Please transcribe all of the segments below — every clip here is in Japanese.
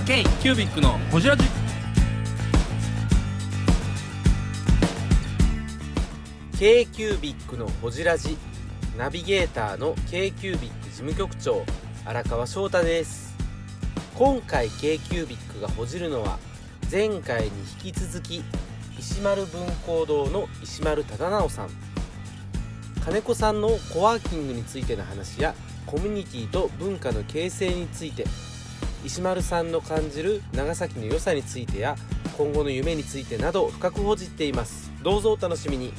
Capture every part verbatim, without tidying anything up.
K キュービックのホジラジ。 K キュービックのホジラジ、ナビゲーターの K キュービック事務局長荒川翔太です。今回 K キュービックがほじるのは、前回に引き続き石丸文工堂の石丸忠直さん、金子さんのコワーキングについての話や、コミュニティと文化の形成について、石丸さんの感じる長崎の良さについてや今後の夢についてなど深くほじっています。どうぞお楽しみに。イ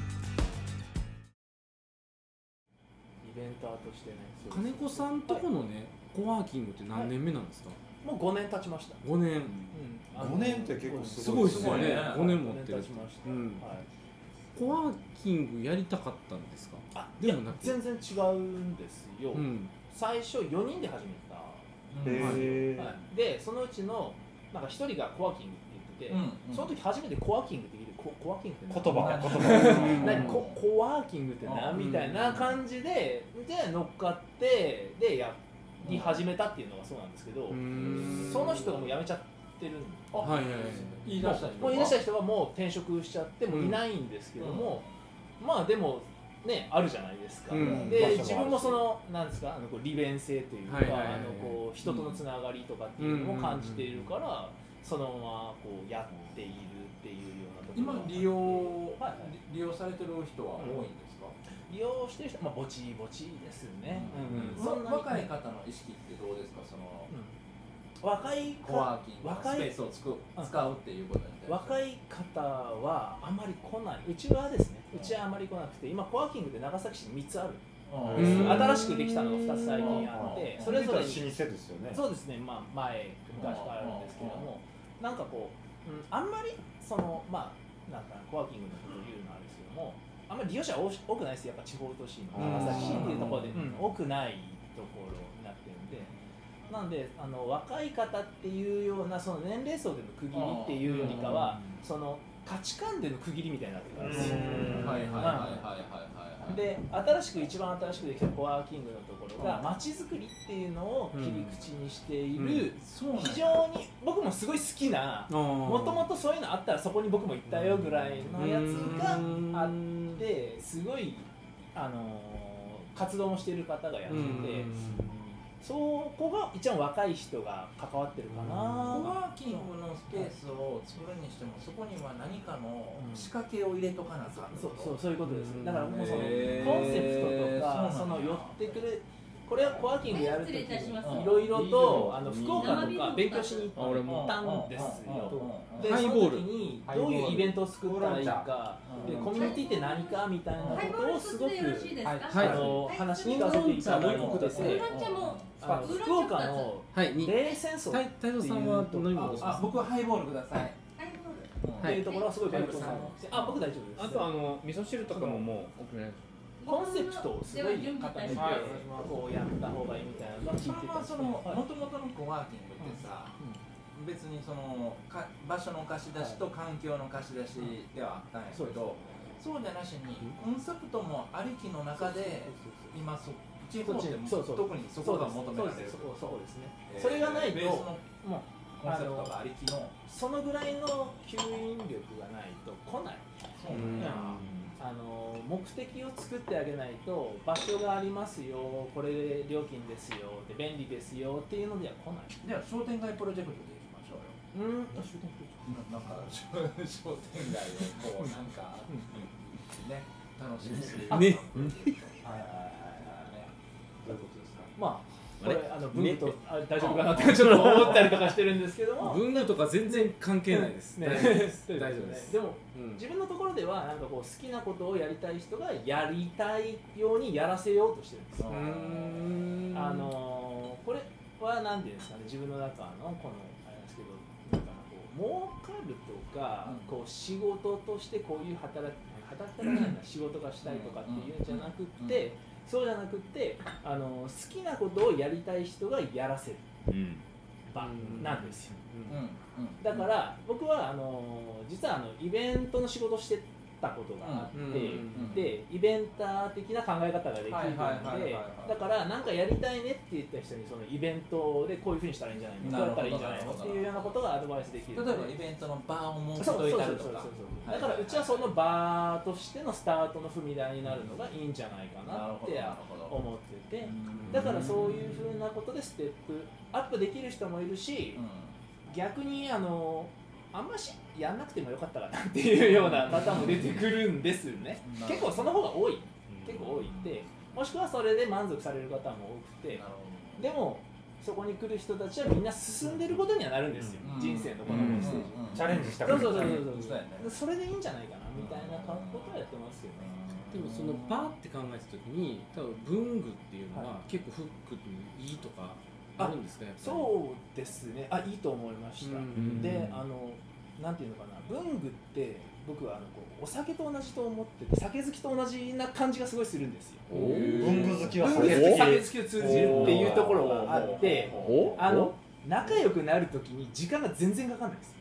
ベンターとしてね。 金子さんとこのね、コワーキングって何年目なんですか？ もうごねん経ちました。 ごねん、 うん、 ごねんって結構すごいですよね。ごねん持ってる。 ごねん経ちました、 うん、 はい。 コワーキングやりたかったんですか？ あ、 でもなく、 全然違うんですよ、 うん、 最初よにんで始めた、 へー、 はい、で、そのうちのなんかひとりがコワーキングって言ってて、うんうん、その時初めてコワーキングって聞いて、コ, コワーキングって言葉言葉何コ, コワーキングってなみたいな感じで、で乗っかってでやり始めたっていうのがそうなんですけど、その人がもう辞めちゃってるんで、 はいはいはい、 言い出した人もう言い出した人はもう転職しちゃってもいないんですけども、うん、まあでもね、あるじゃないですか、うん、で自分もそのなんですか、あのこう利便性というか、はいはいはいはい、あのこう人とのつながりとかっていうのも感じているから、うんうんうん、そのままこうやっているっていうようなところ。 今利用、はいはい、利用されてる人は多いんですか？ 利用してる人、まあぼちぼちですね、うんうん、 そんな若い方の意識ってどうですか？その、うん、 若いコワーキングのスペースをつく使うっていうことに対して、 若い方はあまり来ない。うちはですね、うちはあまり来なくて、今コワーキングで長崎市にみっつある、新しくできたのがふたつ最近あって、それぞれに老舗ですよね。 そうですね、まあ、前昔からあるんですけども、なんかこう、うん、あんまりそのまあなんかコワーキングのことを言うのはあるんですけども、あんまり利用者は多くないです。やっぱ地方都市の長崎市っていうところで、うん、多くないところになってるんで、なのであの若い方っていうようなその年齢層での区切りっていうよりかは、その価値観での区切りみたいになってるんですよ。 はいはいはいはいはい。 で、新しく一番新しくできたコワーキングのところが街づくりっていうのを切り口にしている、うんうん、非常に僕もすごい好きな、もともとそういうのあったらそこに僕も行ったよぐらいのやつがあって、すごいあの活動もしている方がやってて、そこが一番若い人が関わってるかな。 コワーキングのスペースを作るにしても、そこには何かの仕掛けを入れとかなきゃ、 うん、そうそうそういうことです。だからもうそのコンセプトとか、その寄ってくる、これはコワーキングやるときにいろいろとあの福岡とか勉強しに行ったんですよ。で、その時にどういうイベントを作ったらいいか、でコミュニティって何かみたいなことをすごくあの話聞かせていただいてて、福岡の冷戦争っていうところ、 あ、僕はハイボールくださいっていうところはすごい勉強されて、あ、僕大丈夫です。 あとあの味噌汁とかももう送れない。 コンセプトをすごい固めてこうやった方がいいみたいなのが聞いてた。 その元々のコワーキングってさ、別にそのか場所の貸し出しと環境の貸し出しではあったんやけど、そうじゃなしにコンセプトもありきの中で今そ地方でも特にそこが求められる。 そうですね。それがないともうコンセプトがありきのそのぐらいの吸引力がないと来ない。そうなんだ。あの目的を作ってあげないと、場所がありますよ、これで料金ですよ、で便利ですよっていうのでは来ない。 では商店街プロジェクトでいきましょうよ。 うん、商店街なんか商店街をこうなんかね、楽しみする。ね。はいはいはいはいね。どういうことですか。 まあ。これあの文具と、ね、あ大丈夫かなってちょっと思ったりとかしてるんですけども、 文具とか全然関係ないです。 ね、 大丈夫です。大丈夫です。 でも、うん、自分のところではなんかこう好きなことをやりたい人がやりたいようにやらせようとしてるんですよ。うーん、あのこれは何ていうんですかね、自分の中のこのあれですけど、なんかこう儲かるとか、うん、こう仕事としてこういう働き働きたくないな、仕事がしたいとかっていうんじゃなくって。うんうん、そうじゃなくってあの好きなことをやりたい人がやらせる場なんですよ。だから僕はあの実はあのイベントの仕事してったことがあって、 うんうんでイベンター的な考え方ができるのはいはいはいはいではいだからなんかやりたいねって言った人にそのイベントでこういうふうにしたらいいんじゃないのこうやったらいいんじゃないのっていうようなことがアドバイスできる例えばイベントの場を設そうそうそうけといたりとかそうそうだからうちはその場としてのスタートの踏み台になるのがいいんじゃないかなって思っててだからそういうふうなことでステップアップできる人もいるし逆にあのあんましやんなくてもよかったかなっていうような方も出てくるんですよね結構その方が多い結構多いってもしくはそれで満足される方も多くてでもそこに来る人たちはみんな進んでることにはなるんですよ、うん、人生のこのステージ、 うん、チャレンジしたことそうそうそうそうそう、ね、それでいいんじゃないかなみたいなことはやってますよねでもそのパーって考えた時に多分文具っていうのは結構フックにいいとかあるんですかやっぱりそうですねあいいと思いました、うん、であのなんていうのかな文具って僕はあのこうお酒と同じと思ってて酒好きと同じな感じがすごいするんですよ文具好きは酒好き酒好きを通じるっていうところがあってあの仲良くなるときに時間が全然かかんないです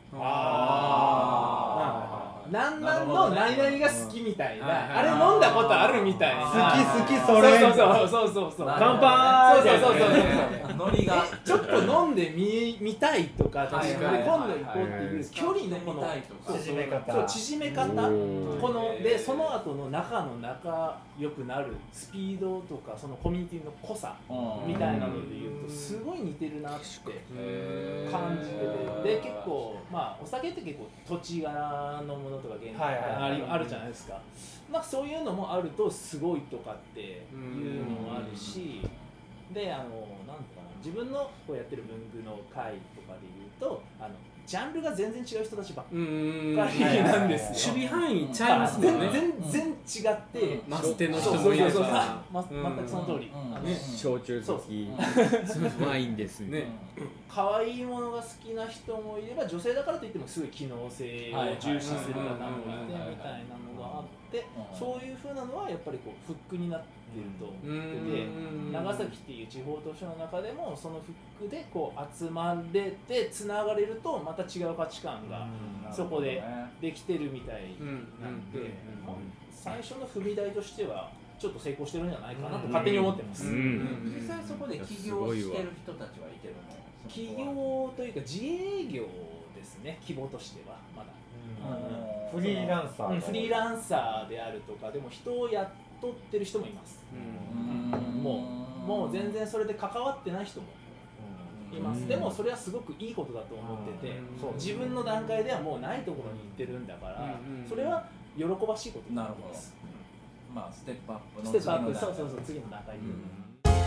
ああなんなんの何々が好きみたいなあれ飲んだことあるみたいな好き好きそれそうそうそうそうそう乾杯そうそうそうそうノリがちょっと飲んでみ見たいとか確かに今度行こうっていう距離のこの縮め方そう縮め方このでその後の仲の仲良くなるスピードとかそのコミュニティの濃さみたいなので言うとすごい似てるなって感じててで結構まあお酒って結構土地柄のものとか原価ありあるじゃないですかまあそういうのもあるとすごいとかっていうのもあるしであのなんていうかな自分のこうやってる文具の会とかで言うとあのジャンルが全然違う人たちばっかりなんですよ。 守備範囲ちゃいますもんね。 全然違ってマステの人もいれば全くその通り。 焼酎好きワインですね。 可愛いものが好きな人もいれば女性だからといってもすごい機能性を重視する方もいてみたいなのがあってそういう風なのはやっぱりこうフックになっていると思ってて長崎っていう地方都市の中でもそのフックでこう集まれてつながれるとまた違う価値観がそこでできてるみたいなんで最初の踏み台としてはちょっと成功してるんじゃないかなと勝手に思ってます。 実際そこで起業してる人たちはいてるの？ 起業というか自営業ですね規模としてはまだ。 フリーランサー、 うん、フリーランサーであるとかでも人を雇ってる人もいます、うん、もう、もう全然それで関わってない人もいます、でもそれはすごくいいことだと思ってて自分の段階ではもうないところに行ってるんだからそれは喜ばしいことだと思います。 まあステップアップのステップアップそうそうそう次の段階に、うん、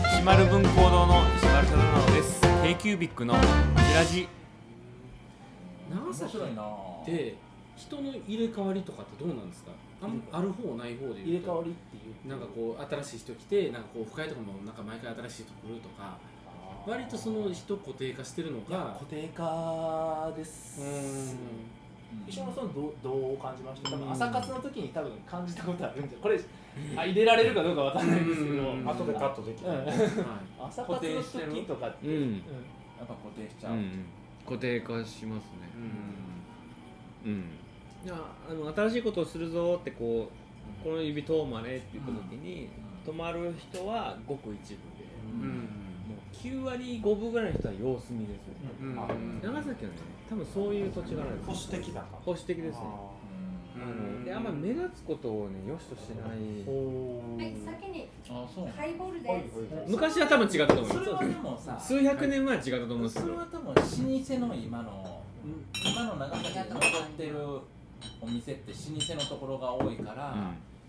石丸文工堂の石丸忠直です。 K キュービックのジラジ長崎って人の入れ替わりとかってどうなんですか？ あ, ある方ない方で入れ替わりっていうなんかこう新しい人来てなんかこう深いところもなんか毎回新しい人来るとか割とその人固定化してるのか固定化です。石山さんどう、どう感じました？多分朝活の時に多分感じたことあるんでこれあ入れられるかどうかわかんないんですけど後でカットできる、うん、 朝活の時とかって、うん、 やっぱ固定しちゃう、うん、 固定化しますね。うん、うん、いやあの新しいことをするぞってこうこの指遠まねって言った時に、うん、止まる人はごく一部で、うん、もうきゅうわりごぶぐらいの人は様子見ですよね、うん、長崎はね多分そういう土地があるんです。 保守的だか保守的ですね。あのであんまり目立つことをね良しとしない。 はい、先にハイボールです。 昔は多分違ったと思います。 それはでもさ数百年前は違ったと思うんですけど、 それは多分老舗の今の今の長崎で残ってるお店って老舗のところが多いから、うん、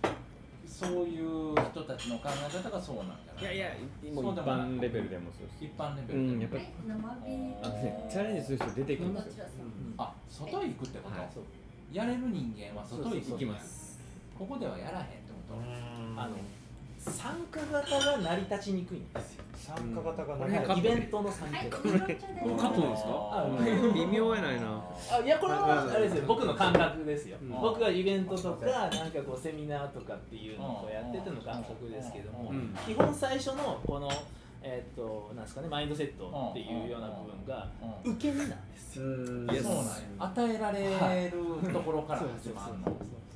そういう人たちの考え方がそうなんじゃない？ いやいや、もう一般レベルでもそうです。 一般レベルでも、うん、やっぱり、 はい、生ビール、 ね、チャレンジする人出てくるんですよ。 あ、外へ行くってこと？はい、やれる人間は外へ行きます。ここではやらへんってこと？ あの参加型が成り立ちにくいんですよ。 参加型が成り立ちイベントの参加型。 これカットですか？ あ、 微妙やないな。 あ、いやこれはあれですよ。僕の感覚ですよ。僕がイベントとかなんかこうセミナーとかっていうのをやってての感覚ですけども、基本最初のこのえっとなんですかねマインドセットっていうような部分が受け身なんですよ。 いやそうなんや。与えられるところから始まるの。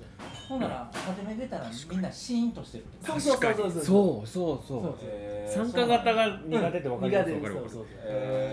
ほんなら初め出たらみんなシーンとしてるってそうそうそうそうそうそうそう参加型が苦手って分かります。 苦手です。そうそうそう。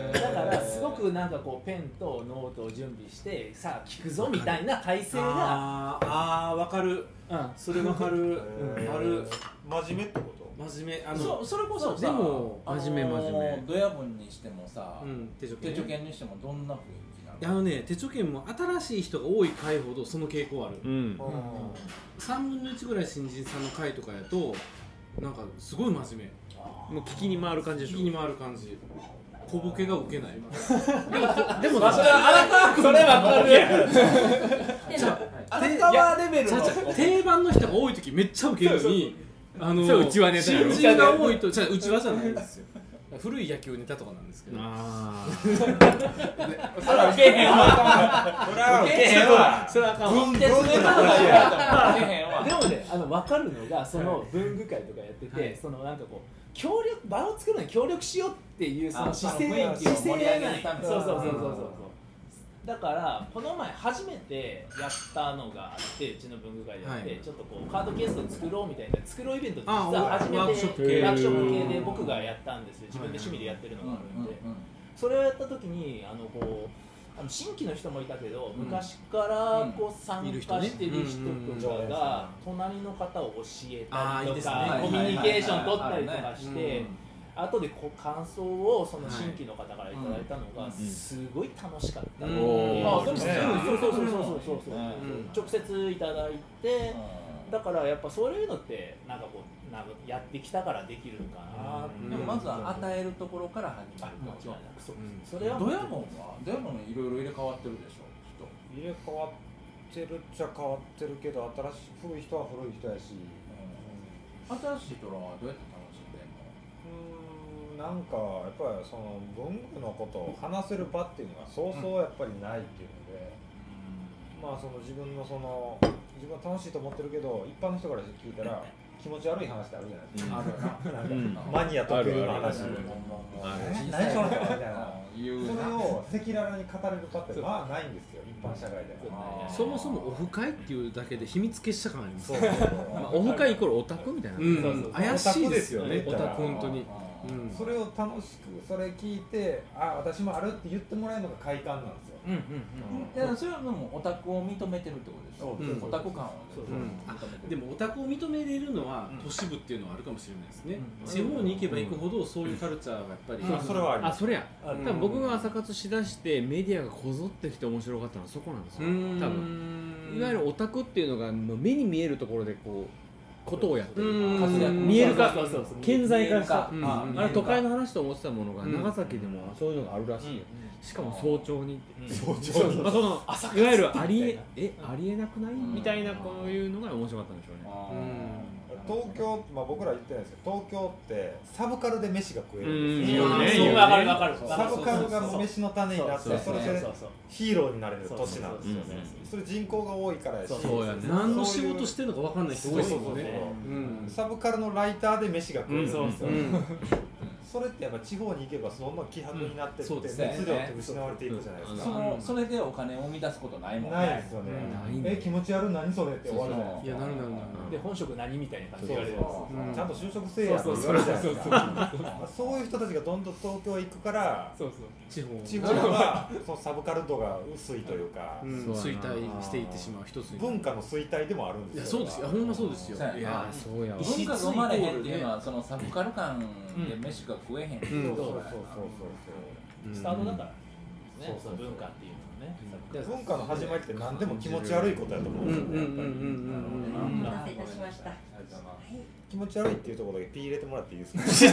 だからすごくなんかこうペンとノートを準備してさあ聞くぞみたいな体勢があーあーわかる、 うん、 それわかる、うん、ある真面目ってこと？ 真面目あのそうそれこそさでも真面目真面目ドヤ文にしてもさ、 うん、手帳手帳券にしてもどんな雰囲気なの？ あのね手帳券も新しい人が多い回ほどその傾向ある、 うんうん、 さんぶんのいちぐらい新人さんの回とかやとなんかすごい真面目、 もう聞きに回る感じでしょ。 聞きに回る感じ。小ボケが受けない。 でもそれ荒川君それわかるやん。 荒川レベルの定番の人が多い時めっちゃ受けるのに、あのそれ内輪ネタやろ。 新人が多いとじゃ内輪じゃないんですよ。古い野球ネタとかなんですけど。 ああ。 それは受けへんわ。 それは受けへんわ。 それはあかんわ。 文鉄ネタだや。でもね、あの分かるのがその文具会とかやってて、そのなんかこう協力場を作るのに協力しようっていうその姿勢姿勢がない。そうそうそうそうそう。だからこの前初めてやったのがあってうちの文具会でやって、はい、ちょっとこうカードケースを作ろうみたいな作ろうイベントって実は初めてワークショップ系で僕がやったんですよ。自分で趣味でやってるのがあるんで、それをやった時にあのこうあの新規の人もいたけど、うん、昔からこう参加してる人とかが隣の方を教えたりとかコミュニケーション取ったりとかして。後でこう感想をその新規の方からいただいたのがすごい楽しかったっていう、あでもそうそうそうそうそう直接いただいて、だからやっぱそういうのってなんかこうなんかやってきたからできるのかなって。 でもまずは与えるところから始まる。もちろんそうそれはドヤモンはドヤモンいろいろ入れ替わってるでしょ。 入れ替わってるっちゃ変わってるけど新しい古い人は古い人やし、 新しい人はどうやって楽しんでんの？ なんかやっぱりその文具のことを話せる場っていうのがそうそうやっぱりないっていうので、うん、まあその自分のその自分は楽しいと思ってるけど一般の人から聞いたら気持ち悪い話ってあるじゃないですか。あるな。マニア特有の話。何それみたいな。それを赤裸々に語れる場ってまあないんですよ。一般社会では。 そもそもオフ会っていうだけで秘密結社感あります。 オフ会イコールオタクみたいな。 怪しいですよね。オタク本当に。 うん、それを楽しくそれ聞いてあ私もあるって言ってもらえるのが快感なんですよ。うんうんうん、それはでもオタクを認めてるってことでしょ。うん、オタク感をそうそう、うん、 あでもオタクを認めれるのは都市部っていうのはあるかもしれないですね、うん、地方に行けば行くほどそういうカルチャーがやっぱり、 うん、それはあります。 あそれや多分僕が朝活しだしてメディアがこぞってきて面白かったのはそこなんですよ。多分いわゆるオタクっていうのが目に見えるところでこうことをやってる見えるか顕在化した、うん、あれ都会の話と思ってたものが長崎でもそういうのがあるらしいよ、うん、しかも早朝に、うん、早朝に、まあ、そのいわゆるありええありえなくない、うん、みたいなこういうのが面白かったんでしょうね。 東京、まあ、僕ら言ってないですけど東京ってサブカルで飯が食えるんですよ。うん、ね、分かる分かる。 サブカルが飯の種になってそれでヒーローになれる年なんですよね。それ人口が多いからやし、 そうやね、何の仕事してるのか分かんない人多いですよね。 サブカルのライターで飯が食えるんですよ。それってやっぱ地方に行けばどんどん希薄になってって熱量って失われていくじゃないですか。 そのそれでお金を生み出すことないもんね。 ないですよね。え気持ち悪い何それって終わるじゃないですか。 いやなるなるなる。 で本職何みたいな感じで言われるんです。 ちゃんと就職せえやって言われるじゃないですか。そういう人たちがどんどん東京へ行くから、 そうそう地方地方はそのサブカル度が薄いというか、 衰退していってしまう一つ文化の衰退でもあるんですよ。いやそうですよ。ほんまそうですよ。 いやそうや。文化が生まれへんっていうのはそのサブカル感で飯が食えへん。 そうそうそうそうスタートだからね、その文化っていうのね。 文化の始まりって何でも気持ち悪いことやと思うんですよね。 お待たせいたしました。 気持ち悪いっていうところだけピー入れてもらっていいです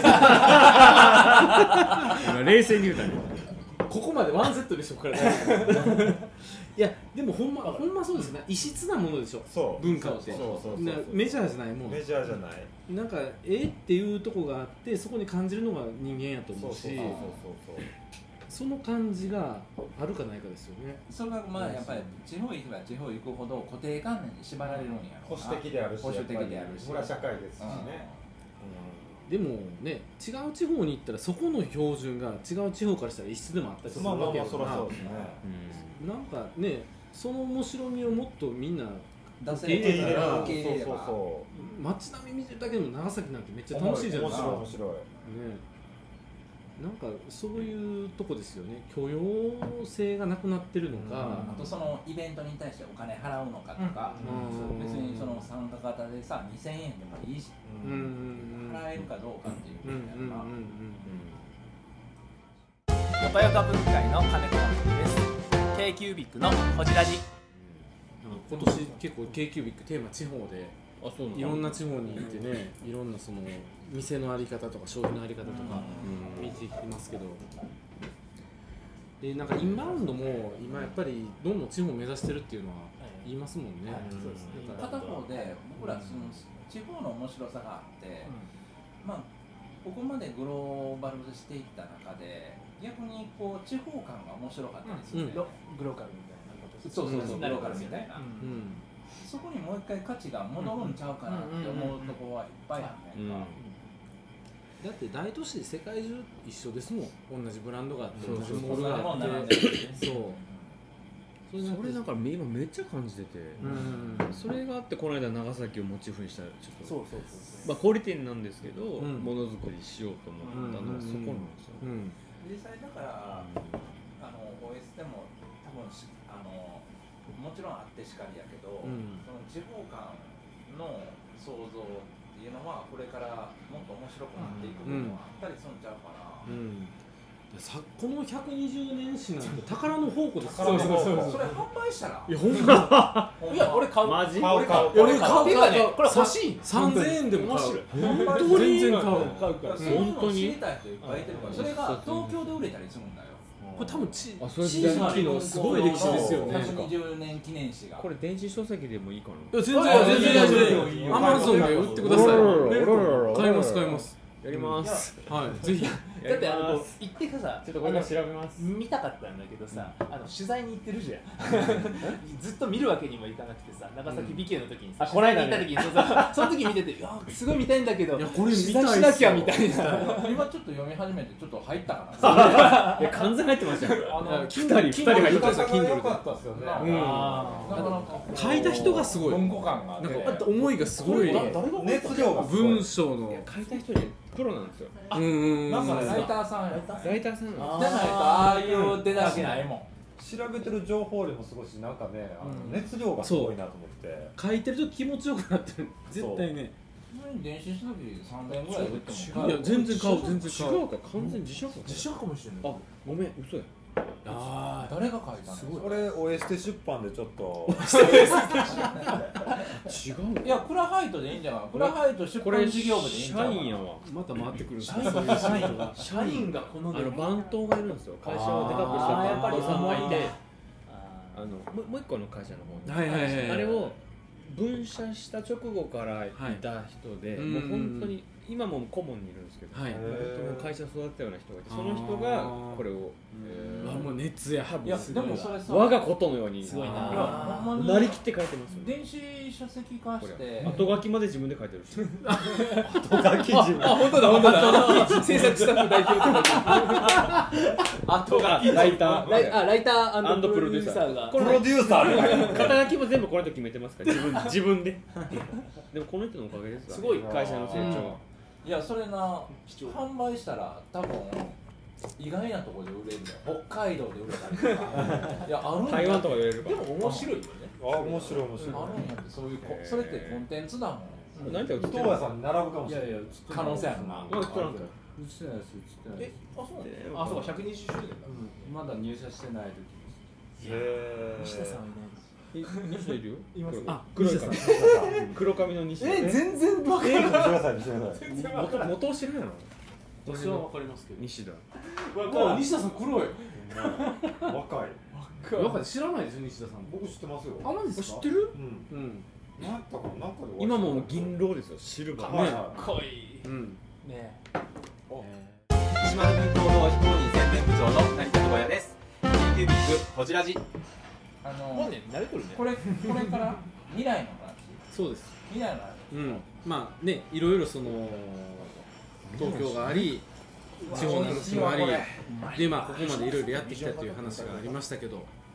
か？ 冷静に言うたね。 ここまでワンセットでしょから。いやでもほんまほんまそうですね。異質なものでしょ。そう文化ってメジャーじゃないもん。 メジャーじゃない。 なんかえっていうとこがあってそこに感じるのが人間やと思うし、その感じがあるかないかですよね。 それがまあやっぱり地方行けば地方行くほど固定観念に縛られるんやろ。 保守的であるし、 保守的であるし、 村社会ですしね。 でもね、違う地方に行ったらそこの標準が違う地方からしたら異質でもあったりするわけやから、なんかね、その面白みをもっとみんな出せれば受け入れれば、 街並み見てるだけでも長崎なんてめっちゃ楽しいじゃないですか。 面白い面白いね。 なんかそういうとこですよね。許容性がなくなってるのか、 あとそのイベントに対してお金払うのかとか、うん、別にその参加型でさにせんえんでもいいし、うん、払えるかどうかっていうことやな。 よかよか文会の金子真です。 k キュービックのこじらじ、 今年結構 k キュービックテーマ地方で、あ、そういろんな地方に行ってね、いろんなその店のあり方とか商品のあり方とか見ていきますけど、でなんかインバウンドも今やっぱりどんどん地方を目指してるっていうのは言いますもんね。 片方で僕らその地方の面白さがあって、まあここまでグローバルしていった中で逆にこう地方感が面白かったりする、 グローカルみたいなこと。 そうそうそう、グローカルみたいな。そこにもう一回価値が戻るんちゃうかなって思うところはいっぱいあるね。 だって大都市で世界中一緒ですもん。同じブランドがあって同じモールがあっーて、そう。 それなんか今めっちゃ感じてて、それがあってこの間長崎をモチーフにしたちょっとそうそうそう、まあ小売店なんですけど、ものづくりしようと思ったのはそこなんですよ。 実際だからあの オーエス でも多分あのもちろんあってしかりやけど、その地方間の想像っていうのはこれからもっと面白くなっていく部分はあったりするんちゃうかな。 さこのひゃくにじゅうねん史なんて宝の宝庫ですよ。 そうそうそう。それ販売したら。 いやほんま。 いや俺買う。 マジ？ 俺買う。 俺買う。 これ欲しい。 さんぜんえんでも買う。 本当に全然買う。 買うから。 本当に。知りたい人いっぱいいてるから。それが東京で売れたりするんだよ。 これ多分地域のすごい歴史ですよね。 ひゃくにじゅうねん記念誌が。 これ電子書籍でもいいかいな。 や全然全然大丈夫。アマゾンで売ってください。買います買います。 やります。 はい、ぜひ。 だってあの行ってかさ、 ちょっとこれ調べます。 見たかったんだけどさ、あの取材に行ってるじゃん。ずっと見るわけにもいかなくてさ、長崎美形の時にさ、取材に行った時にその時見てて、いやすごい見たいんだけど、 いやこれ見取材しなきゃみたいな。 今ちょっと読み始めてちょっと入ったかな。 いや完全入ってましたよ。 あの二人二人入ってました。 Kindle 良かったですよね。 書いた人がすごい。 文庫感があって。 なんか思いがすごい。 熱量が文章の書いた人にプロなんですよ。 うん。 なんかライターさんや。 ライターさんじゃないとああいう出だしないもん。 調べてる情報量もすごいし、なんかね、あの熱量がすごいなと思って。 書いてると気持ちよくなってる。絶対ね。 電子書籍さんぜんえんぐらい売ってもいや全然買う全然買う。 違うか完全自社か。 自社かもしれない。 あごめん嘘や。 ああ誰が書いたの？ すごい。これオエステ出版でちょっと違う。 いやクラハイトでいいんじゃない？クラハイト出版事業部でいいんじゃない？ 社員やわ。 また回ってくるんです社員そういう社員が社員がこのあの番頭がいるんですよ。会社をでかくした番頭さんがいて、あのもうもう一個の会社の方に。 はいはいはい。 あれを分社した直後からいた人で、もう本当に今も顧問にいるんですけど、はい、本当に会社育てたような人がいて、その人がこれを、 あもう熱やいやでもそれさ我がことのようにすごいななりきって書いてますよ。 電子書籍化して後書きまで自分で書いてるし。 後書き自分。 あ本当だ本当だ。制作スタッフ代表とか。後書きライター。 ライあライター&ププロデロデューサーが。 プロデューサー。 肩書きも全部この人決めてますから自分自分で。でもこの人のおかげですわ。 すごい会社の成長。 いやそれな販売したら多分意外なところで売れるのよ。北海道で売れたりとかいやあるんだ。 台湾とかで売れるか。 でも面白いよね。 あ面白い面白い。 あるんやってそういうそれってコンテンツだもん。 何て売ってる？ 東屋さんに並ぶかもしれない。 いやいや可能性あるな。 これ売ってなんか。 売ってないです売ってない。 えあそうなの？ あそうかひゃくにじゅっしゅうねんだ。 まだ入社してない時です。へえ。 西田さんはいない。 西田いるよ。 います。 あ黒いから。黒髪の西田。 え全然わかえ見てください見てください。 元元を知らないの？ 私はわかりますけど。 西田。 あ西田さん黒い。 若い。 若い知らないですよ西田さん。 僕知ってますよ。 あマジですか？ 知ってる？ うん。うん。なんやったかななんかで。 今も銀狼ですよ。シルバー。 ね。 かっこいい。 うん。 ね。 石丸文工の非公認宣伝部長の成田智也です。ケーキュービックこじらじ。 あのもうね慣れとるね。 これこれから未来の話。 そうです。 未来の話。 うん。まあねいろいろその東京があり地方の話もありでまあここまでいろいろやってきたという話がありましたけど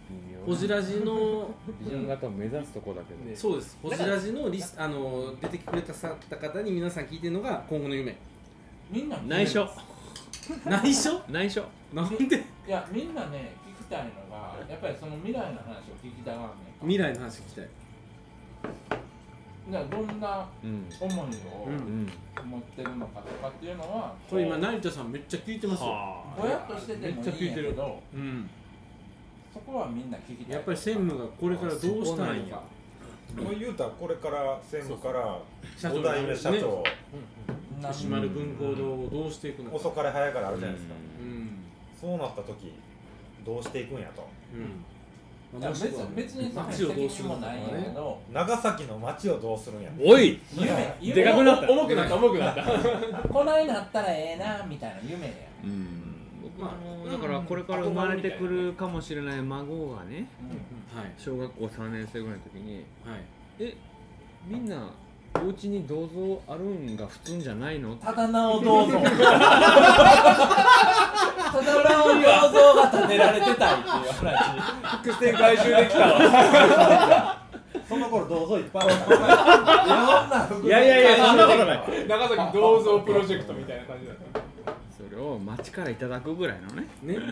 ホジラジのビジョン型を目指すとこだけど、 そうです。ホジラジのリスあの出てくれたさった方に皆さん聞いてるのが今後の夢。 みんな内緒内緒内緒なんでいやみんなね聞きたいのがやっぱりその未来の話を聞きたがんねんか未来の話聞きたい。 だからどんなうん思いをうん持ってるのかとかっていうのはこれ今成田さんめっちゃ聞いてますよ。 ぼやっとしててもいいんやけどうん。 そこはみんな聞きたいやっぱり専務がこれからどうしたいのか。 もう言うたらこれから専務から社長ご代目社長、 石丸文工堂をどうしていくのか。 遅かれ早かれあるじゃないですか、 うん。 そうなった時どうしていくんやと。 うん。 いや別に別にその街をどうす責任もるのかないんやけど長崎の街をどうするんやと。 おい夢夢でかくなった重くなった重くなった。 こないなったらええなみたいな夢やうん僕はあのだからこれから生まれてくるかもしれない孫がねはい小学校さんねん生ぐらいの時にはい。 えみんなお家に銅像あるんが普通じゃないのただなお銅像ただなお銅像が建てられてたいっていう話伏線回収できたわその頃銅像いっぱいあるからいやいやいやそんなことない長崎銅像プロジェクトみたいな感じだったそれを町からいただくぐらいのねね。 ううん。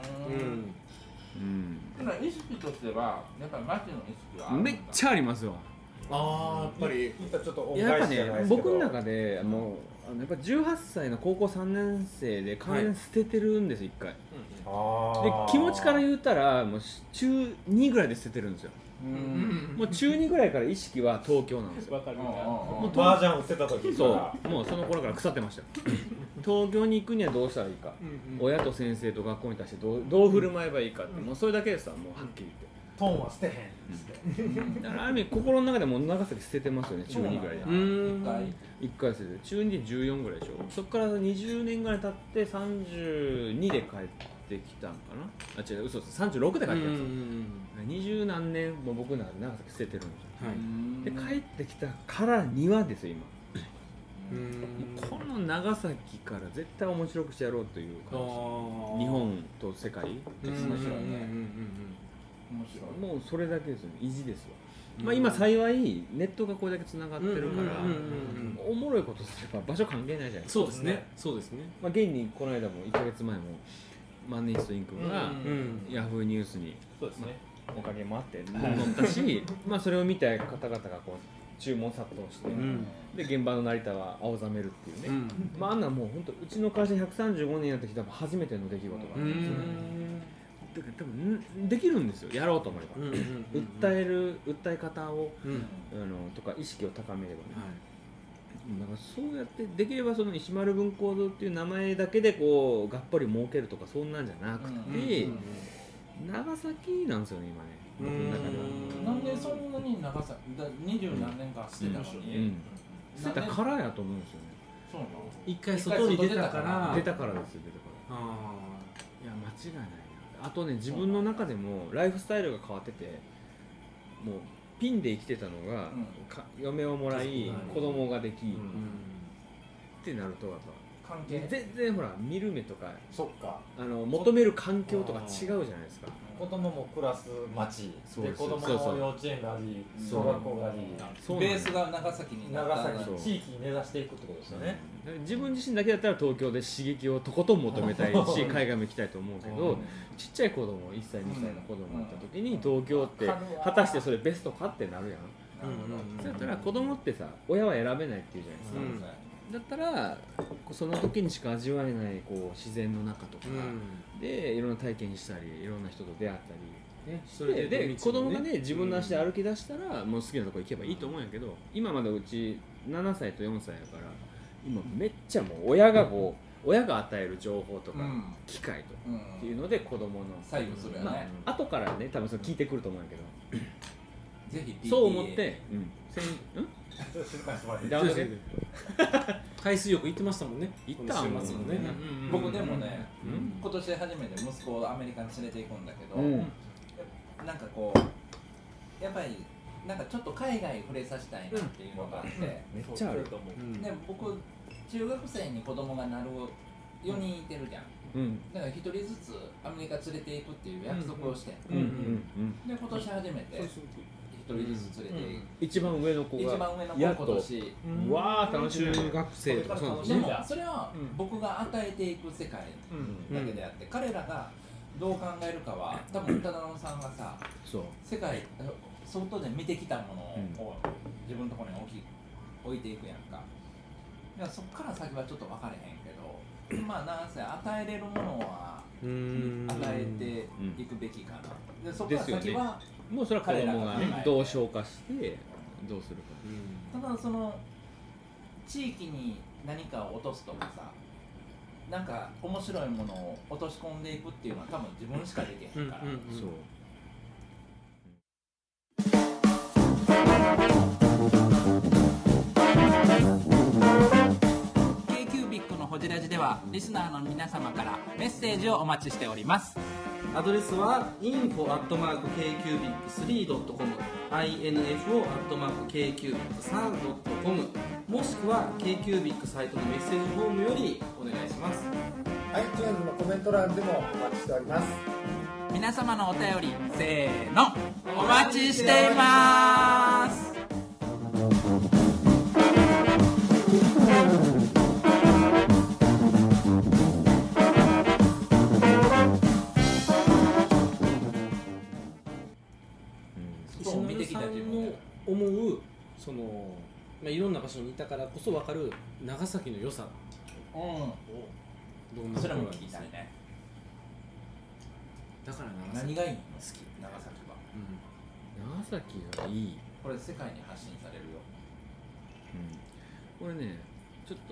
うんだから意識としてはやっぱり町の意識はあるんだめっちゃありますわああやっぱり。 言ったらちょっと恩やっぱ返しじゃないですけど、 ね僕の中であのあのやっぱじゅうはっさいの高校さんねん生で完全に捨ててるんです一回であー気持ちから言ったらもう中にぐらいで捨ててるんですよもう中にぐらいから意識は東京なんですよわかるもう麻雀売ってた時そかうもうその頃から腐ってましたよ東京に行くにはどうしたらいいか、親と先生と学校に対してどうどう振る舞えばいいかって、もうそれだけでさもうはっきりトーンは捨てへんっつって言ってだからある意味心の中でもう長崎捨ててますよね中にぐらいでそうなんだいっかい捨てて中にでじゅうよんぐらいでしょそこからにじゅうねんぐらい経ってさんじゅうにで帰ってきたんかなあ違う嘘ですさんじゅうろくで帰ってきたんですよ二十何年も僕の中で長崎捨ててるんですよ、はい、で帰ってきたからにはですよ今この長崎から絶対面白くしてやろうという感じ日本と世界面白いね面白いもうそれだけですよね意地ですよ、まあ、今幸いネットがこれだけつながってるからおもろいことすれば場所関係ないじゃないですかそうですねそうですねまあ現にこの間もいっかげつまえも万年筆インクがヤフーニュースにそうですねおかげもあって載ったしまあそれを見た方々がこう注文殺到して、うん、で現場の成田は青ざめるっていうね、うん、まああんなもう本当うちの会社ひゃくさんじゅうごねんやってきた初めての出来事があったんですよ、だから多分できるんですよやろうと思えば、うんうんうん、訴える訴え方を、うん、あのとか意識を高めればね、はい、だからそうやってできればその石丸文工堂っていう名前だけでこうがっぽり儲けるとかそんなんじゃなくて、うんうんうん、長崎なんですよね今ね僕の中ではなんでそんなに長崎二十何年間捨てたのに、うんうん、 捨てたからやと思うんですよねそうなの一回外に出たから出たからですよ出たからあいや間違いないなあとね自分の中でもライフスタイルが変わっててもうピンで生きてたのが、うん、か嫁をもらい子供ができ、うん、ってなるとやっぱ関係全然ほら見る目とかそっかあの求める環境とか違うじゃないですか子供も暮らす町で子供の幼稚園があり小学校がありベースが長崎になった長崎地域に根ざしていくってことですよね、 うん、自分自身だけだったら東京で刺激をとことん求めたいし海外も行きたいと思うけど、うん、ちっちゃい子供いっさいにさいの子供がいた時に東京って果たしてそれベストかってなるやん、うんうん、そうやったら子供ってさ親は選べないって言うじゃないですか、うんだったらその時にしか味わえないこう自然の中とかでいろんな体験したりいろんな人と出会ったり、ね、それで、で子供がね自分の足で歩き出したらもう好きなとこ行けばいいと思うんやけど今までうちななさいとよんさいやから今めっちゃもう親がこう親が与える情報とか機会とっていうので子供の左右するよね、 まあ後からね多分それ聞いてくると思うんやけどぜひそう思って、うん、せんんちょっと静かにしてもらっていい海水浴行ってましたもんね行ったんですもんね、 うん、僕でもね、うん、今年初めて息子をアメリカに連れて行くんだけど、うん、なんかこうやっぱりなんかちょっと海外触れさせたいなっていうのがあって、 めっちゃあると思う、で僕中学生に子供がなるよにんいてるじゃん、うん、だからひとりずつアメリカ連れていくっていう約束をして、うんうんうん、で今年初めてひとりずつ連れていく、 うん、一番上の子が一番上の子が今年、 うん、わー楽しみ、 中学生とかそうでもそれは僕が与えていく世界だけであって、うん、彼らがどう考えるかは多分歌野さんがさ、そう世界外で見てきたものを自分のところに置き置いていくやんか。いやそこから先はちょっと分かれへんけど、まあなんせ与えれるものは与えていくべきかな。でそこから先は、ね、 もうそれは子供がどう消化してどうするか。 ただその地域に何かを落とすとかさ、なんか面白いものを落とし込んでいくっていうのは多分自分しかできへんから。うんうんうん、そう。 ホジラジではリスナーの皆様からメッセージをお待ちしております。 アドレスは インフォ アットマーク ケーキュービックスリー ドット コム インフォ アットマーク ケーキュービックスリー ドット コム もしくは KQBIC サイトのメッセージフォームよりお願いします。 iTunes のコメント欄でもお待ちしております。 皆様のお便りせーのお待ちしています。 思うその、まあ、いろんな場所にいたからこそ分かる長崎の良さ、うん、 どんなところがそれも聞きたいね。 だから長崎何がいいの好き長崎は、 うん、長崎がいい。 これ世界に発信されるよ、 うん、これねちょっと、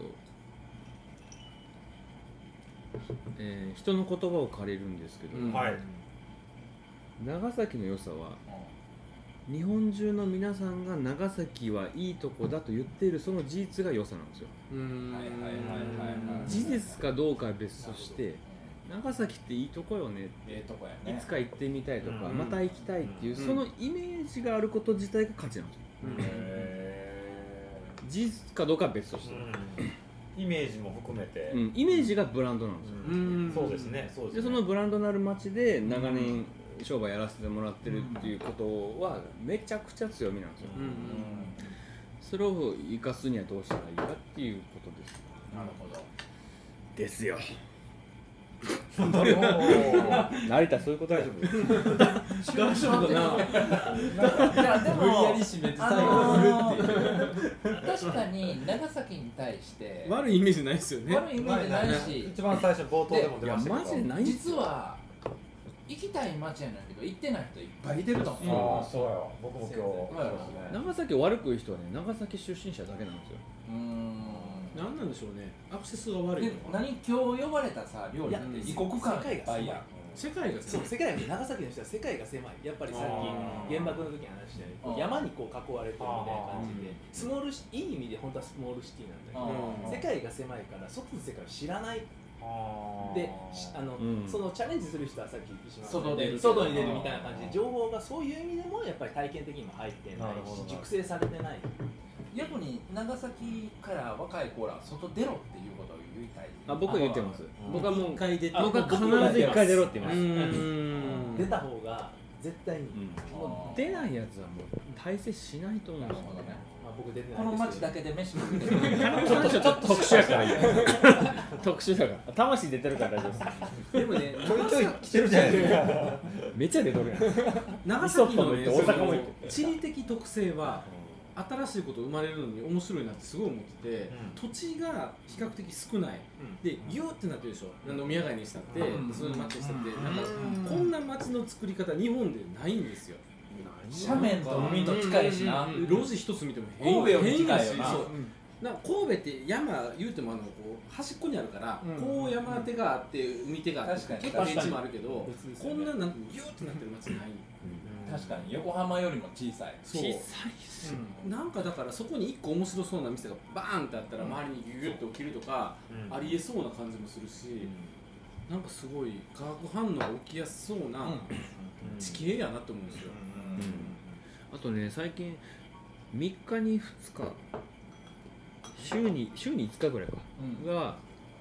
えー、人の言葉を借りるんですけど、うんはい、長崎の良さは、うん、日本中の皆さんが長崎はいいとこだと言っているその事実が良さなんですよ。事実かどうかは別として長崎っていいとこよね、ええとこやね、いつか行ってみたいとか、うん、また行きたいっていう、うん、そのイメージがあること自体が価値なんですよ、うん、事実かどうかは別として、 うん、イメージも含めて、 うん、イメージがブランドなんですよ、 うん、そうですね、そうですね。 でそのブランドのある街で長年商売やらせてもらってるっていうことはめちゃくちゃ強みなんですよ、うんうん、それを生かすにはどうしたらいいかっていうことです。 なるほどですよ。成田そういうこと大丈夫？ 大丈夫かな。いやでも無理やり締めて最後するっていう。確かに長崎に対して悪いイメージないですよね。 悪いイメージないし、 一番最初冒頭でも出ましたけど、 マジでない。 実は行きたい街やねんけど行ってない人いっぱいいてると思う。ああそうや。僕も今日、 ね、長崎を悪く言う人はね長崎出身者だけなんですよ。 うーん。なんなんでしょうね。アクセスが悪いのか。 何今日呼ばれたさ料理って異国感いっぱいやん。 世界がそう世界が長崎の人は世界が狭い。やっぱりさっき原爆の時に話したように山にこう囲われてるみたいな感じでスモールいい意味で本当はスモールシティなんだけど世界が狭いから外の世界を知らない。であの、うん、そのチャレンジする人はさっき石間外で外に出るみたいな感じで情報がそういう意味でもやっぱり体験的にも入ってないし熟成されてない。 逆に長崎から若い子ら外出ろっていうことを言いたい。 あ僕は言ってます。僕はもう一回出て僕は必ず一回出ろって言います。 出た方が絶対に、うん、 もう出ないやつはもう大成しないと思うんですよね。 まあ、僕出てないこの街だけで飯食ってるちょっとちょっと特殊やからいい特殊だから魂出てるから大丈夫です。でもねちょいちょい来てるじゃないですか。 めっちゃ出とるやん。 長崎のね、大阪も地理的特性は新しいこと生まれるのに面白いなってすごい思ってて、うん、土地が比較的少ない、うん、でギューってなってるでしょ。飲み屋街にしたって、うん、そういう街にしたって、うん、なんかこんな街の作り方日本でないんですよ。 斜面と海と近いしな、 路地一つ見ても神戸より近いよな。 なんか神戸って山言うてもあのこう端っこにあるから、うん、こう山手があって海手があって結構平地もあるけど、ね、こんななんかギューってなってる街ない。 確かに横浜よりも小さい。 小さいっす、うん、なんかだからそこに一個面白そうな店がバーンってあったら周りにギュギュッと起きるとか、うん、ありえそうな感じもするし、うん、なんかすごい化学反応が起きやすそうな地形やなと思うんですよ、うんうん、あとね最近みっかにふつか週に週にいつかぐらいか、うん、が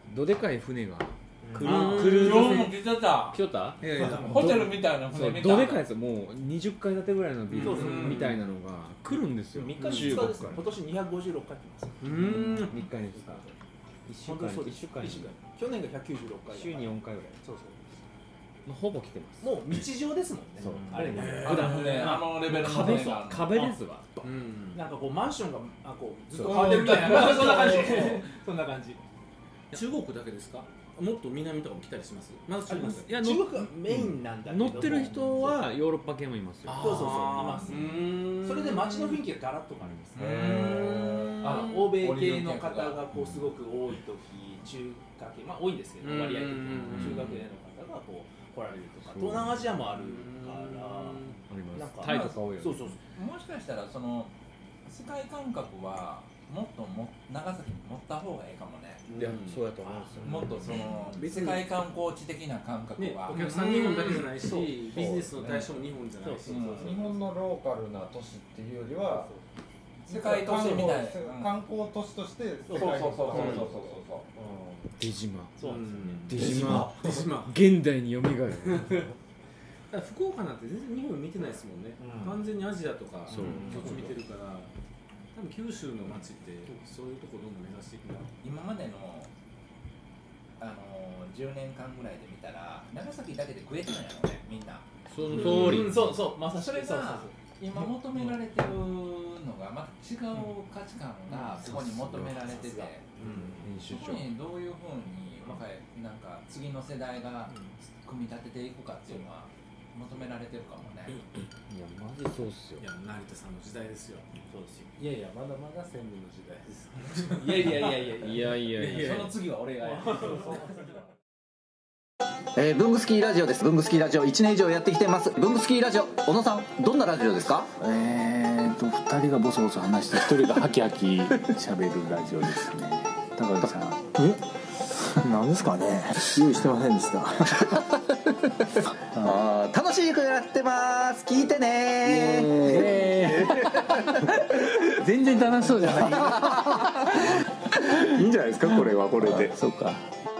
どでかい船がクルあークルーズ今日も船来てた来とったいやいやホテルみたいなそう船みたいどでかいやつもうにじゅっかい建てぐらいのビルそうそうみたいなのが来るんですよみっかにふつかですね。今年にひゃくごじゅうろっかい来てます。 うーんみっかにふつかいっしゅうかんそうでいっしゅうかん一週間去年がひゃくきゅうじゅうろっかい。 週によんかいぐらいそうそう。 まあほぼ来てますもう日常ですもんね。 そうあれね。 普段ねあのレベルの壁船があるの壁ですわうんなんかこうマンションがあこうずっとそう変わってるみたいなそうそんな感じ。そんな感じ。 中国だけですか？もっと南とかも来たりします？まだ中国だけいや中国がメインなんだけども。 乗ってる人はヨーロッパ系もいますよそうそうそういますうーんそれで街の雰囲気がガラッと変わります。 へーあ欧米系の方がこうすごく多い時、中華系まあ多いんですけどうん割合的にうん中華系の方がこう来られるとか、東南アジアもあるから。 ありなんかますタイとか多いよねそうそうそう。 もしかしたらその世界感覚はもっとも長崎に持った方がいいかもね。 いやそうやと思うんですよもっとその別に世界観光地的な感覚ね、 は、 お客さん日本だけじゃないし、 そうビジネスの対象も日本じゃないし、 そうそうそう日本のローカルな都市っていうよりは世界都市みたいな観光都市としてそうそうそうそうそうそう出島そうなん出島出島現代に蘇るだから福岡なんて全然日本見てないですもんね、 うん完全にアジアとかそうそっち見てるから多分九州の街ってそういうところどんどん目指していくな今までのあのじゅうねんかんぐらいで見たら長崎だけで食えてないのねみんなその通りうんそうそうまさしくそれがそうそうそう今求められてるのがまた違う価値観がそこに求められてて、 編集長そこにどういうふうに若いなんか次の世代が組み立てていくかっていうのは求められてるかもね。 いやマジそうっすよいや成田さんの時代ですよそうですよ。 いやいやまだまだ専務の時代です。 いやいやいやいやいやいやいやその次は俺がやる。 えー、ブングスキーラジオです。ブングスキーラジオいちねん以上やってきてます。ブングスキーラジオ、小野さんどんなラジオですか？ えーとふたりがボソボソ話してひとりがハキハキ喋るラジオですね。高木さんえなんですかね、用意してませんでしたあー楽しくやってます。聞いてね全然楽しそうじゃないいいんじゃないですか、これはこれで。そうか。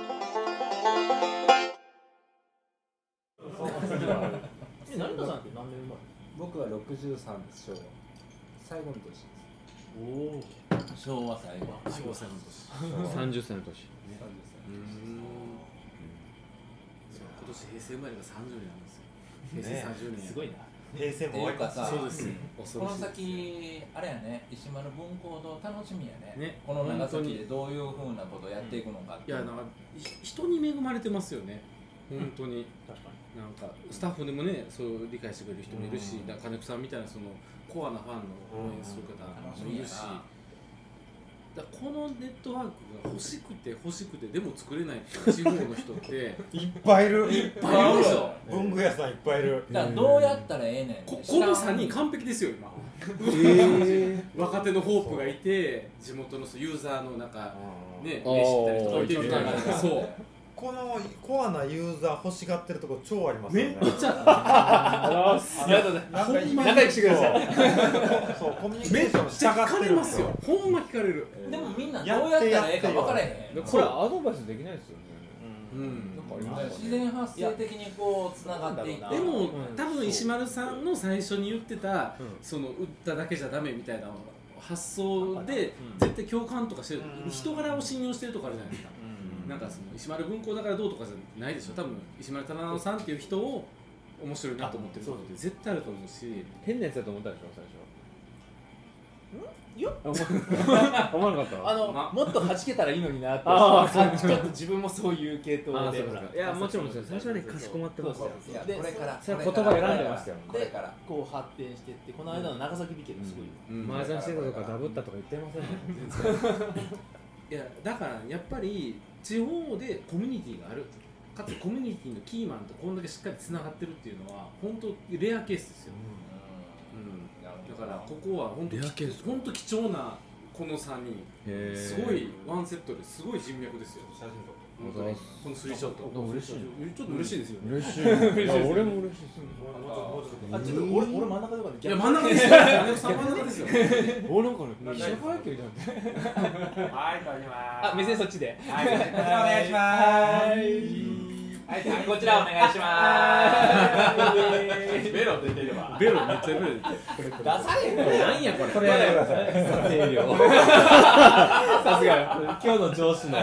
え成田さんって何年生ま僕はろくじゅうさんです。昭和最後の年です。 れ？おお。 昭和最後。 昭和最後の年さんじゅっさいの年うんそう今年平成生まれがさんじゅうねんなんですよ平成さんじゅうねんすごいな。 平成っていうかさ、 そうですこの先あれやね、石丸文工堂楽しみやね。 ねこの長崎でどういうふうなことをやっていくのかっていうのは。 いやなんかい人に恵まれてますよね本当に確かに。 なんかスタッフでもねそう理解してくれる人もいるし、だから金子さんみたいなそのコアなファンの応援する方もいるし、だからこのネットワークが欲しくて欲しくてでも作れないっていう地方の人っていっぱいいるいっぱいいるでしょ。 文具屋さんいっぱいいる。 だからどうやったらええねん。 ここのさんにん完璧ですよ今若手のホープがいて地元のユーザーのなんかねあー飯行ったりとか置いてるからそうこのコアなユーザー欲しがってるところ超ありますよね。 めっちゃありがとうございます。 なんか今仲良くしてください。 そうコミュニケめっーションしちゃ聞かたがってるんれますよほんま聞かれるでもみんなどうやったらええか分からへん。 これアドバイスできないですよねうん自然発生的にこうつながっていってでも、 うん多分石丸さんの最初に言ってた、その打っただけじゃダメみたいな発想で、絶対共感とかしてる、人柄を信用してるとかあるじゃないですか、なんかその石丸文庫だからどうとかじゃないでしょ。多分石丸忠直さんっていう人を面白いなと思ってることって絶対あると思うし、 変なやつだと思ったでしょ最初いや思わなかったあの、 まもっと弾けたらいいのになってあーちょっと自分もそういう系統であーそうかいやもちろんもちろん最初はねかしこまってましたよいやでこれからそれは言葉選んでましたよこれからこう発展していってこの間の長崎美家もすごい、 うん麻雀してたとかダブったとか言ってませんいやだからやっぱり地方でコミュニティがある、かつコミュニティのキーマンとこんだけしっかりつながってるっていうのは本当レアケースですよ、うん、だからここは本当レアケース本当貴重なこのさんにんへーすごいワンセットですごい人脈ですよ。 写真撮ってこのスリーショット嬉しいちょっと嬉しいですよね。 嬉しい俺も嬉しいですあ、ちょっと俺俺真ん中とかで。 いや真ん中ですよ。真ん中ですよ。 俺なんかね記者会見じゃんはい、閉じます。 あ、目線そっちで。 はい、こちらお願いします。はい、こちらお願いします。ベロって言ってれば。 ベロめっちゃベロで。 出されへんの。 なんやこれ。 これやってください。 撮影料さすが今日の上司の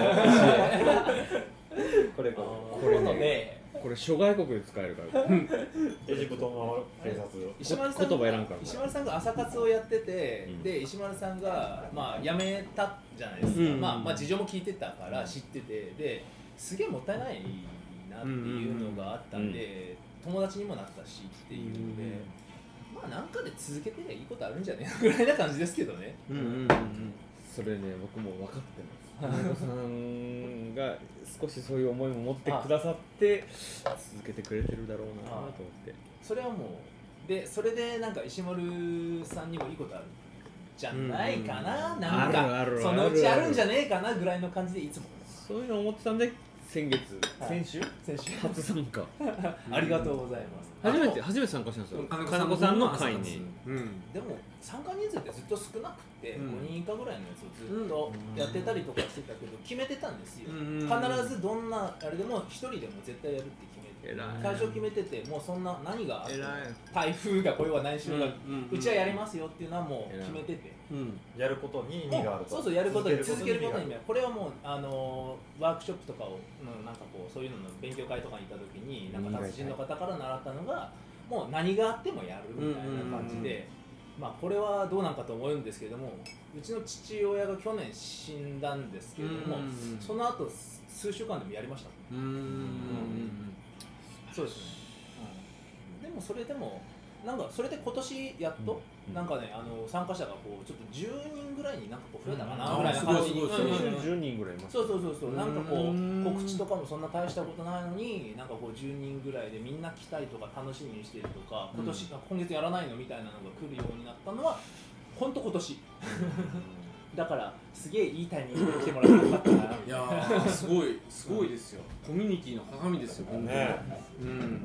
これここれね。 これ諸外国で使えるかられエジプトの警察石丸さん言葉いらんから石丸さんが朝活をやってて、 うんで石丸さんがまあ辞めたじゃないですか、 うんまあまあ事情も聞いてたから知ってて、ですげえもったいないなっていうのがあったんで、友達にもなったしっていうので、まあなんかで続けてりゃいいことあるんじゃねえぐらいな感じですけどね。 うんうんうんそれね僕も分かってます金子さんが少しそういう思いも持ってくださって続けてくれてるだろうなと思ってそれはもうでそれでなんか石丸さんにもいいことあるじゃないかな、 うんなんかあるあるそのうちあるんじゃねえかなぐらいの感じでいつもそういうの思ってたんで先月、 はい先週先週初参加ありがとうございます初めて初めて参加したんですよ金金子さんの会にうん。 でも参加人数ってずっと少なくて、 うんごにん以下ぐらいのやつをずっとやってたりとかしてたけど決めてたんですよ、 うん必ずどんなあれでも一人でも絶対やるって決めて偉い会場決めててもうそんな何があっても偉い台風が来ようが何しようが、 うんうちはやりますよっていうのはもう決めてて、 うん。 やることに意味があると。 そうそうやることに続けることに意味ががあるこれはもうあのーワークショップとかをのなんかこうそういうのの勉強会とかに行った時になんか達人の方から習ったのがもう何があってもやるみたいな感じで、まあこれはどうなんかと思うんですけれどもうちの父親が去年死んだんですけれども、その後数週間でもやりました。 うんうんうんそうですね、うん、でもそれでもなんかそれで今年やっと、うん、なんかねあの参加者がこうちょっとじゅうにんぐらいになんかこう増えたかなぐらいな感じに、 じゅうにんぐらいいますそうそうそうそうなんかこう告知とかもそんな大したことないのになんかこうじゅうにんぐらいでみんな来たいとか楽しみにしてるとか今年、うん、今月やらないのみたいなのが来るようになったのは本当今年だからすげえいいタイミングで来てもらってよかったな。いやーすごいすごいですよ。コミュニティの鏡ですよね。うん。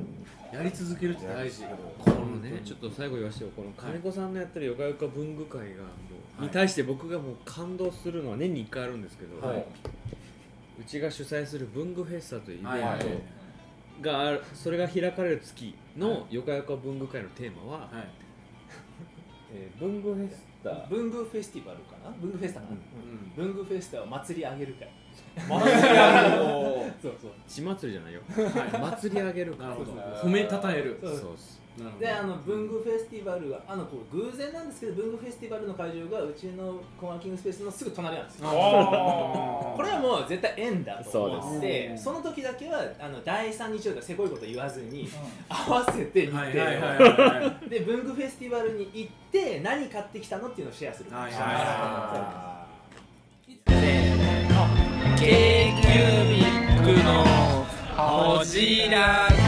やり続けるって大事だけど。 このねちょっと最後言わせてよこの金子さんのやってるよかよか文具会がもうに対して僕がもう感動するのは年にいっかいあるんですけど、はい、うちが主催する文具フェスタというイベントがあるそれが開かれる月のよかよか文具会のテーマは、はいえー、文具フェスタ文具フェスティバルかな文具フェスタかな、うんうん、文具フェスタは祭り上げる会祭り上げるそうそう血祭りじゃないよ、はい、祭り上げるなるほど褒めたたえるそうそうであの文具フェスティバルがあのこう偶然なんですけど文具フェスティバルの会場がうちのコワーキングスペースのすぐ隣なんですよこれはもう絶対縁だと思ってその時だけはあのだいさん日曜日はせこいこと言わずに、うん、合わせて日程をで文具フェスティバルに行って何買ってきたのっていうのをシェアするせーの k キュービックのほじらじ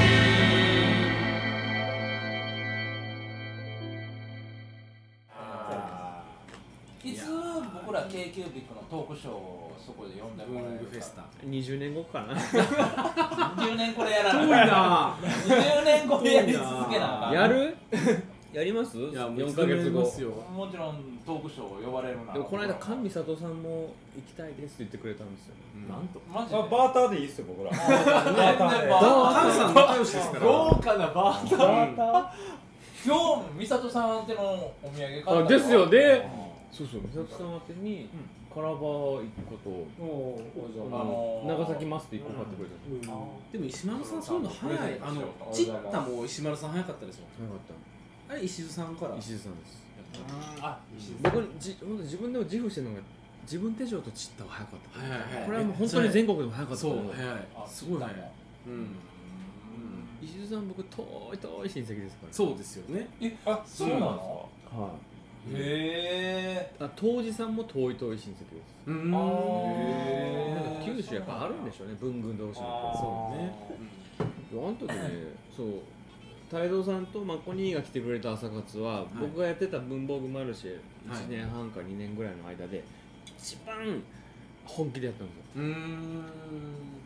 いつ僕ら k キュービックのトークショーをそこで呼んでもらえるか。 文具フェスタにじゅうねんごかなにじゅうねんこれやらない遠いなにじゅうねんごやり続けなあかんやるやります？ いやよんかげつごもちろんトークショー呼ばれるな。 でもこの間菅美里さんも行きたいですって言ってくれたんですよ、 うん、なんとマジであバーターでいいっすよ僕らバーターでバーさん仲良しですから豪華なバーター、バーター今日美里さん宛てのお土産買ったよ。 あですよでそうそう美里さん宛てにカラバーいっこと長崎マスでいっこ買ってくれた、 うんうん、でも石丸さんそういうの早いあのチッタも石丸さん早かったですよ早かったあれ石津さんから石津さんですあ石津僕じ本当自分でも自負してるのが自分手錠とチッタは早かった、 はいはいはい、 これはもう本当に全国でも早かったそう早いすごい早い、うん、 石津さん僕遠い遠い親戚ですからそうですよねえあそうなのはいへえ当時さんも遠い遠い親戚ですうんああ九州やっぱあるんでしょうね文具同士のそうねあの時ねそう泰造さんとマッコニーが来てくれた朝活は、はい、僕がやってた文房具マルシェいちねんはんかにねんぐらいの間で一番本気でやったんですよ。うーん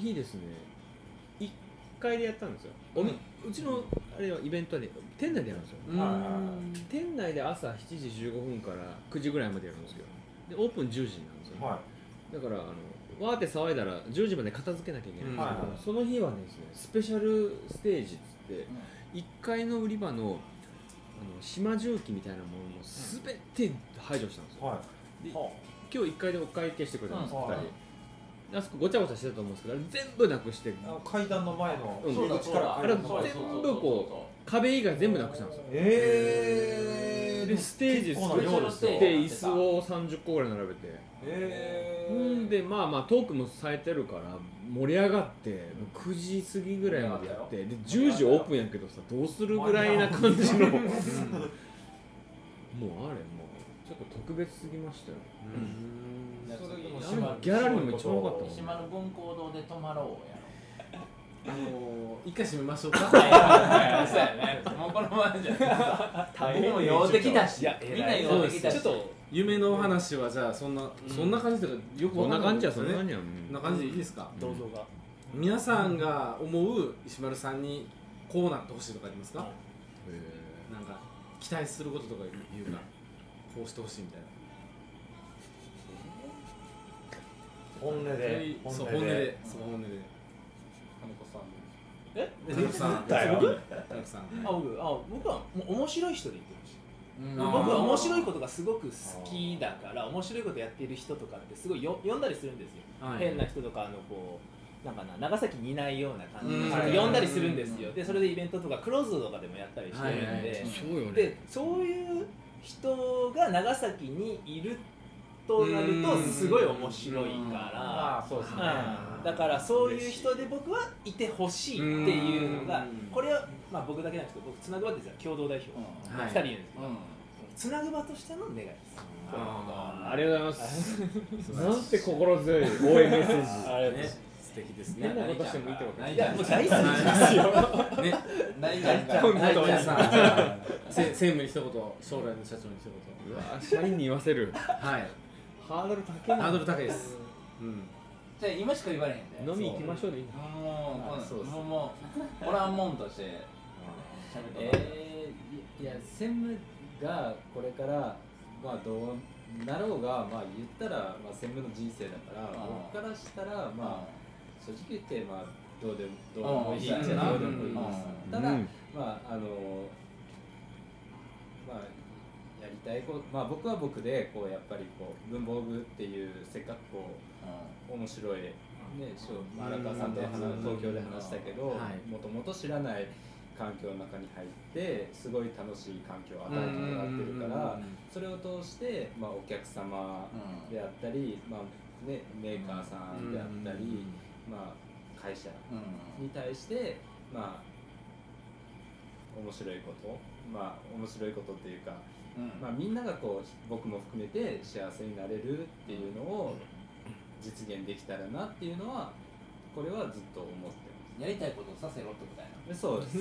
日ですねいっかいでやったんですよ。おみうちのあれはイベントで店内でやるんですよ。店内で朝しちじじゅうごふんからくじぐらいまでやるんですよ。でオープンじゅうじなんですよ、はい、だからあのわーって騒いだらじゅうじまで片付けなきゃいけないんですけど、はいはい、その日はですねスペシャルステージっつっていっかいの売り場のあの島重機みたいなものもすべて排除したんですよ、はい、で今日いっかいでお会計してくれたんです、うん、ふたりであそこごちゃごちゃしてたと思うんですけど全部なくして階段の前の入り口からあれ全部こう壁以外全部なくしたんですよ。 えー、でステージ作って椅子をさんじゅっこぐらい並べてえー、でまあまあトークもされてるから盛り上がってくじ過ぎぐらいまでやってでじゅうじオープンやけどさどうするぐらいな感じのもうあれもうちょっと特別すぎましたよ。うんギャラリーも一番多かったもん。 島の文工堂で泊まろうやあのー、一回閉めましょうか。 はいはいはい、そうやね。もうこのままじゃ僕も酔ってきたし、みんな酔ってきたし。ちょっと夢のお話はじゃあそんな、うん、そんな感じとかよくわかんないですね。 そんな感じや、 そんな感じでいいですか。 どうぞが。 皆さんが思う石丸さんにこうなってほしいとかありますか。うん、なんか期待することとか言うか、こうしてほしいみたいな。 本音で、 そう本音で、そう本音で。 金子さん。え？ 金子さん。金子さん。 あ僕あ僕はもう面白い人で言ってほしい。僕は面白いことがすごく好きだから面白いことやっている人とかってすごいよ呼んだりするんですよ。変な人とかあのこうなんかな長崎にいないような感じで呼んだりするんですよ。でそれでイベントとかクローズとかでもやったりしてるんで、でそういう人が長崎にいる。となるとすごい面白いから、そうですね。だからそういう人で僕はいてほしいっていうのが、これはまあ僕だけなんですけど、僕つなぐ場って実は共同代表ふたりいるんですけど、つなぐ場としての願いです。 ありがとうございます。なんて心強い応援メッセージ。あれね。 素敵ですね。 変なことしてもいいってこと。 いやもう大好きですよ。 ね。 ないじゃんか。 皆さん、専務に一言、将来の社長に一言。 うわ、社員に言わせる。 はい。 ハードル高い。 ハードル高いです。 うん。じゃあ今しか言われへんで。 飲み行きましょうでいい。 もうもうもうおらんもんとして喋って。えー、いや専務がこれからまあどうなろうがまあ言ったらまあ専務の人生だから僕からしたらまあ正直言ってまあどうでもどうでもいいじゃどうでもいいです。ただまああのまあ。やりたいこと、まあ僕は僕でこうやっぱりこう文房具っていうせっかくこう面白いね、荒川さんと東京で話したけど、もともと知らない環境の中に入ってすごい楽しい環境を与えてもらってるから、それを通してまあお客様であったり、まあねメーカーさんであったり、まあ会社に対してまあ面白いこと、まあ面白いことっていうか。まあ、みんながこう僕も含めて幸せになれるっていうのを実現できたらなっていうのはこれはずっと思ってます。 やりたいことをさせろってことやな。 そうです。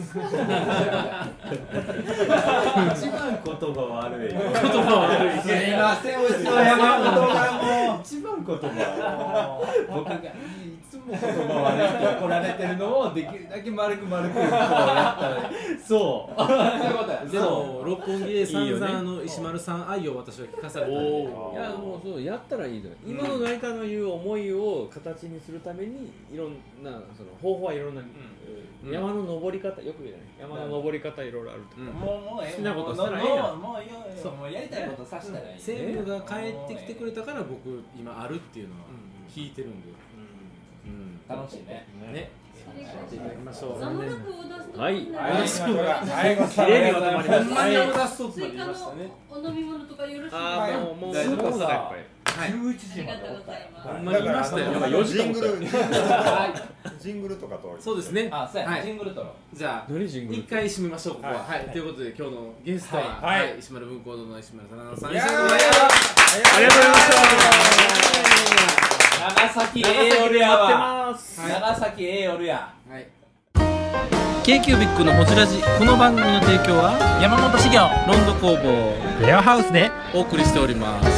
一番言葉悪い。言葉悪い。すみません、うちの山本がもう一番言葉悪い。僕がいつも言葉悪いって怒られてるのをできるだけ丸く丸くこうやったらそう。そういうことや。 でも六本木で散々の石丸さん愛を私は聞かされたんで、いやもうそうやったらいいのよ。今の成田の言う思いを形にするためにいろんなその方法はいろんな。山の登り方よく言うね。山の登り方いろいろあるとか。 もうもう好きなことしたらいいな。 もういやそうもうやりたいことさせたらいい。 専務が帰ってきてくれたから僕今あるっていうのは聞いてるんで。 楽しいね。 ね。やっていただきましょう。 まもなくオーダーストップ。 はい。 はい。そうだ。 はい。綺麗にまとまりました。 ほんまにオーダーストップまで言いましたね。 お飲み物とかよろしいですか。 ああもうもうそうだやっぱり。 はい。 ありがとうございます。 ほんまに言いましたよ。 今よじかん。 ジングルとかとそうですね。 あ、そうや。ジングルとろ。 じゃあ一回締めましょうここは。はい。ということで今日のゲストははい石丸文工堂の石丸さんさんでした。ありがとうございました。 長崎 A オルやわ。長崎 A オルや。 はい。 k q b i c のホジラジ、この番組の提供は山本資源ロンド工房レアハウスでお送りしております。